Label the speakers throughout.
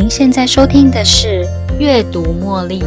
Speaker 1: 您现在收听的是阅读茉莉。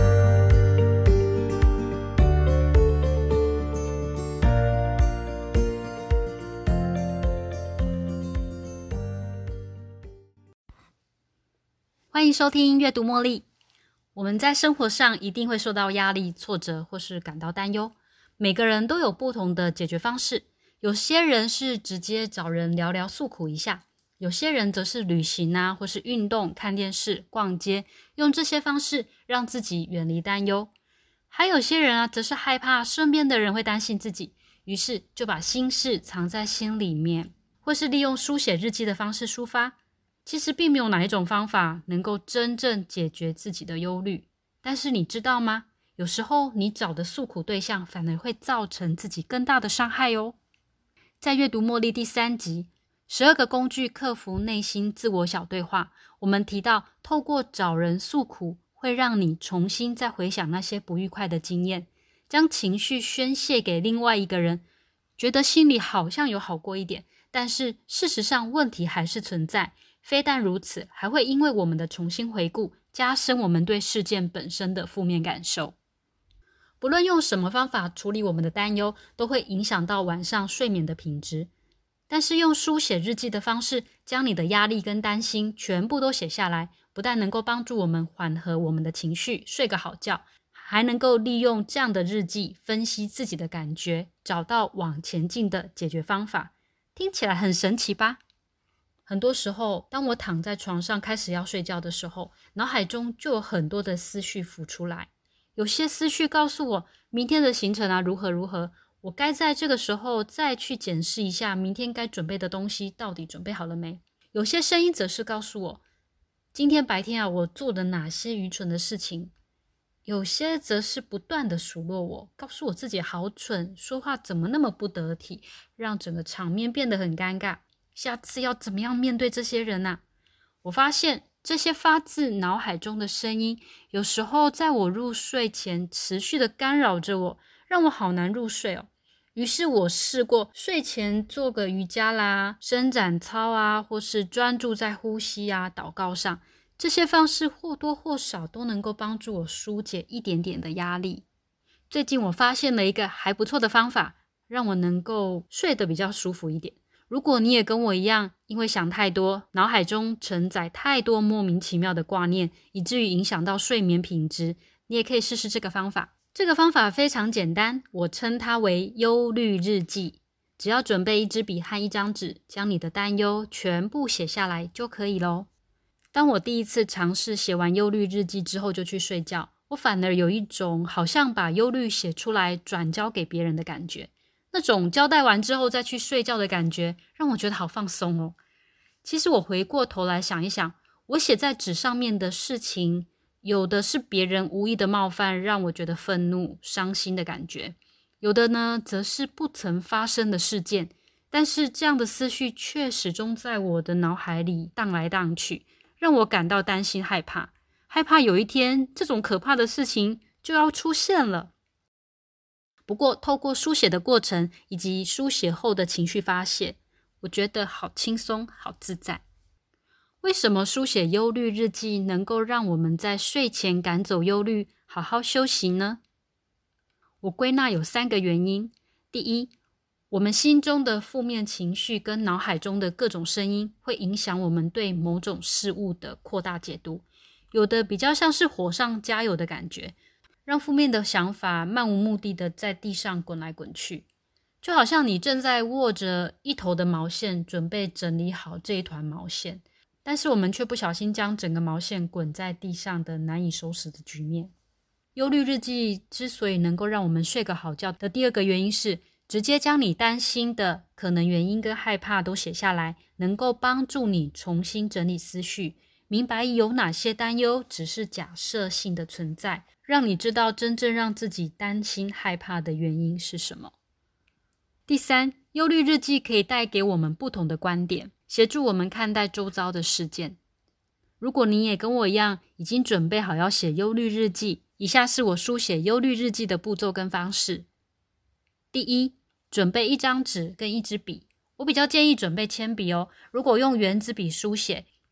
Speaker 1: 欢迎收听阅读茉莉。我们在生活上一定会受到压力、挫折或是感到担忧，每个人都有不同的解决方式。有些人是直接找人聊聊诉苦一下，有些人则是旅行啊，或是运动、看电视、逛街，用这些方式让自己远离担忧。还有些人啊，则是害怕身边的人会担心自己，于是就把心事藏在心里面，或是利用书写日记的方式抒发。其实并没有哪一种方法能够真正解决自己的忧虑，但是你知道吗？有时候你找的诉苦对象反而会造成自己更大的伤害哦。在阅读茉莉第3集12个工具克服内心自我小对话，我们提到透过找人诉苦会让你重新再回想那些不愉快的经验，将情绪宣泄给另外一个人，觉得心里好像有好过一点，但是事实上问题还是存在。非但如此，还会因为我们的重新回顾，加深我们对事件本身的负面感受。不论用什么方法处理我们的担忧，都会影响到晚上睡眠的品质。但是用书写日记的方式，将你的压力跟担心全部都写下来，不但能够帮助我们缓和我们的情绪，睡个好觉，还能够利用这样的日记分析自己的感觉，找到往前进的解决方法。听起来很神奇吧？很多时候，当我躺在床上开始要睡觉的时候，脑海中就有很多的思绪浮出来。有些思绪告诉我，明天的行程啊如何如何，我该在这个时候再去检视一下明天该准备的东西到底准备好了没。有些声音则是告诉我，今天白天啊我做的哪些愚蠢的事情。有些则是不断的数落我，告诉我自己好蠢，说话怎么那么不得体，让整个场面变得很尴尬。下次要怎么样面对这些人啊？我发现这些发自脑海中的声音，有时候在我入睡前持续的干扰着我，让我好难入睡哦。于是我试过睡前做个瑜伽啦、伸展操啊，或是专注在呼吸啊、祷告上，这些方式或多或少都能够帮助我疏解一点点的压力。最近我发现了一个还不错的方法，让我能够睡得比较舒服一点。如果你也跟我一样，因为想太多，脑海中承载太多莫名其妙的挂念，以至于影响到睡眠品质，你也可以试试这个方法。这个方法非常简单，我称它为忧虑日记。只要准备一支笔和一张纸，将你的担忧全部写下来就可以咯。当我第一次尝试写完忧虑日记之后就去睡觉，我反而有一种好像把忧虑写出来转交给别人的感觉。那种交代完之后再去睡觉的感觉，让我觉得好放松哦。其实我回过头来想一想，我写在纸上面的事情，有的是别人无意的冒犯，让我觉得愤怒、伤心的感觉；有的呢，则是不曾发生的事件，但是这样的思绪却始终在我的脑海里荡来荡去，让我感到担心、害怕有一天这种可怕的事情就要出现了。不过透过书写的过程以及书写后的情绪发泄，我觉得好轻松好自在。为什么书写忧虑日记能够让我们在睡前赶走忧虑，好好休息呢？我归纳有3个原因。第一，我们心中的负面情绪跟脑海中的各种声音会影响我们对某种事物的扩大解读，有的比较像是火上加油的感觉，让负面的想法漫无目的的在地上滚来滚去，就好像你正在握着一头的毛线，准备整理好这一团毛线，但是我们却不小心将整个毛线滚在地上的难以收拾的局面。忧虑日记之所以能够让我们睡个好觉的第2个原因是，直接将你担心的可能原因跟害怕都写下来，能够帮助你重新整理思绪，明白有哪些担忧只是假设性的存在，让你知道真正让自己担心害怕的原因是什么。第3，忧虑日记可以带给我们不同的观点，协助我们看待周遭的事件。如果你也跟我一样已经准备好要写忧虑日记，以下是我书写忧虑日记的步骤跟方式。第一，准备一张纸跟一支笔，我比较建议准备铅笔哦。如果用原子笔书写，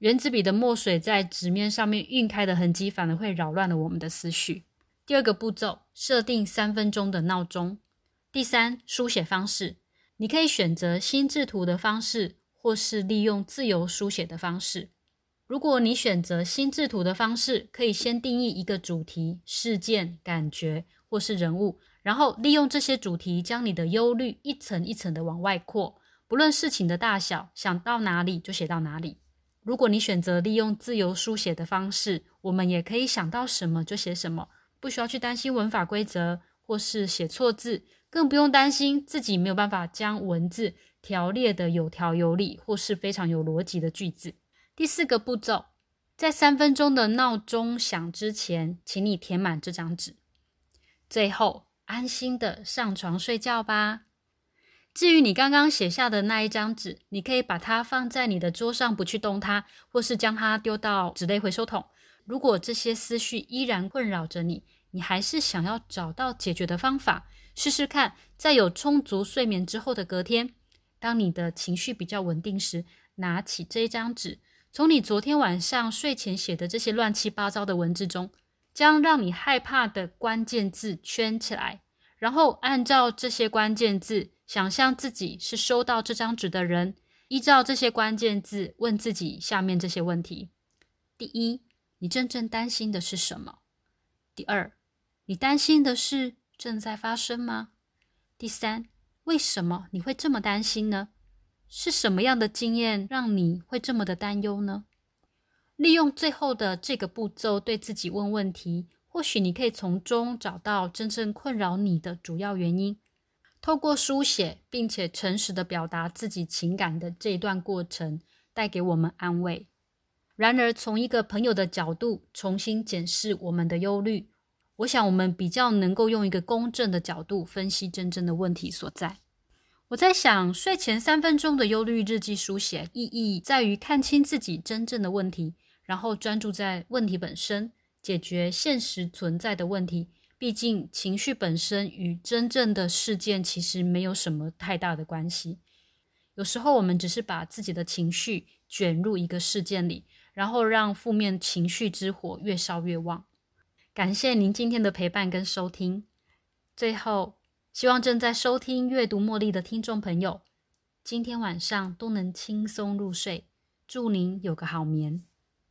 Speaker 1: 原子笔的墨水在纸面上面晕开的痕迹反而会扰乱了我们的思绪。第二个步骤，设定3分钟的闹钟。第三，书写方式，你可以选择心智图的方式，或是利用自由书写的方式。如果你选择心智图的方式，可以先定义一个主题、事件、感觉或是人物，然后利用这些主题将你的忧虑一层一层的往外扩，不论事情的大小，想到哪里就写到哪里。如果你选择利用自由书写的方式，我们也可以想到什么就写什么，不需要去担心文法规则或是写错字，更不用担心自己没有办法将文字条列的有条有理或是非常有逻辑的句子。第四个步骤，在3分钟的闹钟响之前，请你填满这张纸。最后，安心的上床睡觉吧。至于你刚刚写下的那一张纸，你可以把它放在你的桌上，不去动它，或是将它丢到纸类回收桶。如果这些思绪依然困扰着你，你还是想要找到解决的方法，试试看，在有充足睡眠之后的隔天，当你的情绪比较稳定时，拿起这一张纸，从你昨天晚上睡前写的这些乱七八糟的文字中，将让你害怕的关键字圈起来，然后按照这些关键字，想象自己是收到这张纸的人，依照这些关键字问自己下面这些问题。第一，你真正担心的是什么？第二，你担心的事正在发生吗？第三，为什么你会这么担心呢？是什么样的经验让你会这么的担忧呢？利用最后的这个步骤对自己问问题，或许你可以从中找到真正困扰你的主要原因。透过书写并且诚实的表达自己情感的这一段过程，带给我们安慰。然而从一个朋友的角度重新检视我们的忧虑，我想我们比较能够用一个公正的角度分析真正的问题所在。我在想，睡前3分钟的忧虑日记书写意义在于看清自己真正的问题，然后专注在问题本身，解决现实存在的问题。毕竟情绪本身与真正的事件其实没有什么太大的关系。有时候我们只是把自己的情绪卷入一个事件里，然后让负面情绪之火越烧越旺。感谢您今天的陪伴跟收听。最后，希望正在收听阅读茉莉的听众朋友，今天晚上都能轻松入睡，祝您有个好眠。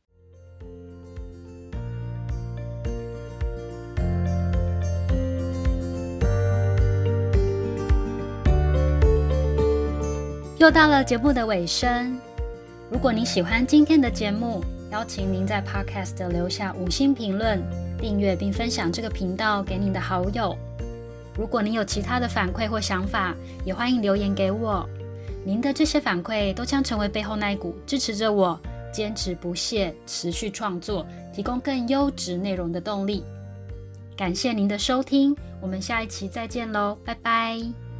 Speaker 1: 又到了节目的尾声，如果你喜欢今天的节目，邀请您在 Podcast 留下5星评论，订阅并分享这个频道给您的好友。如果您有其他的反馈或想法，也欢迎留言给我。您的这些反馈都将成为背后那一股支持着我坚持不懈持续创作，提供更优质内容的动力。感谢您的收听，我们下一期再见喽，拜拜。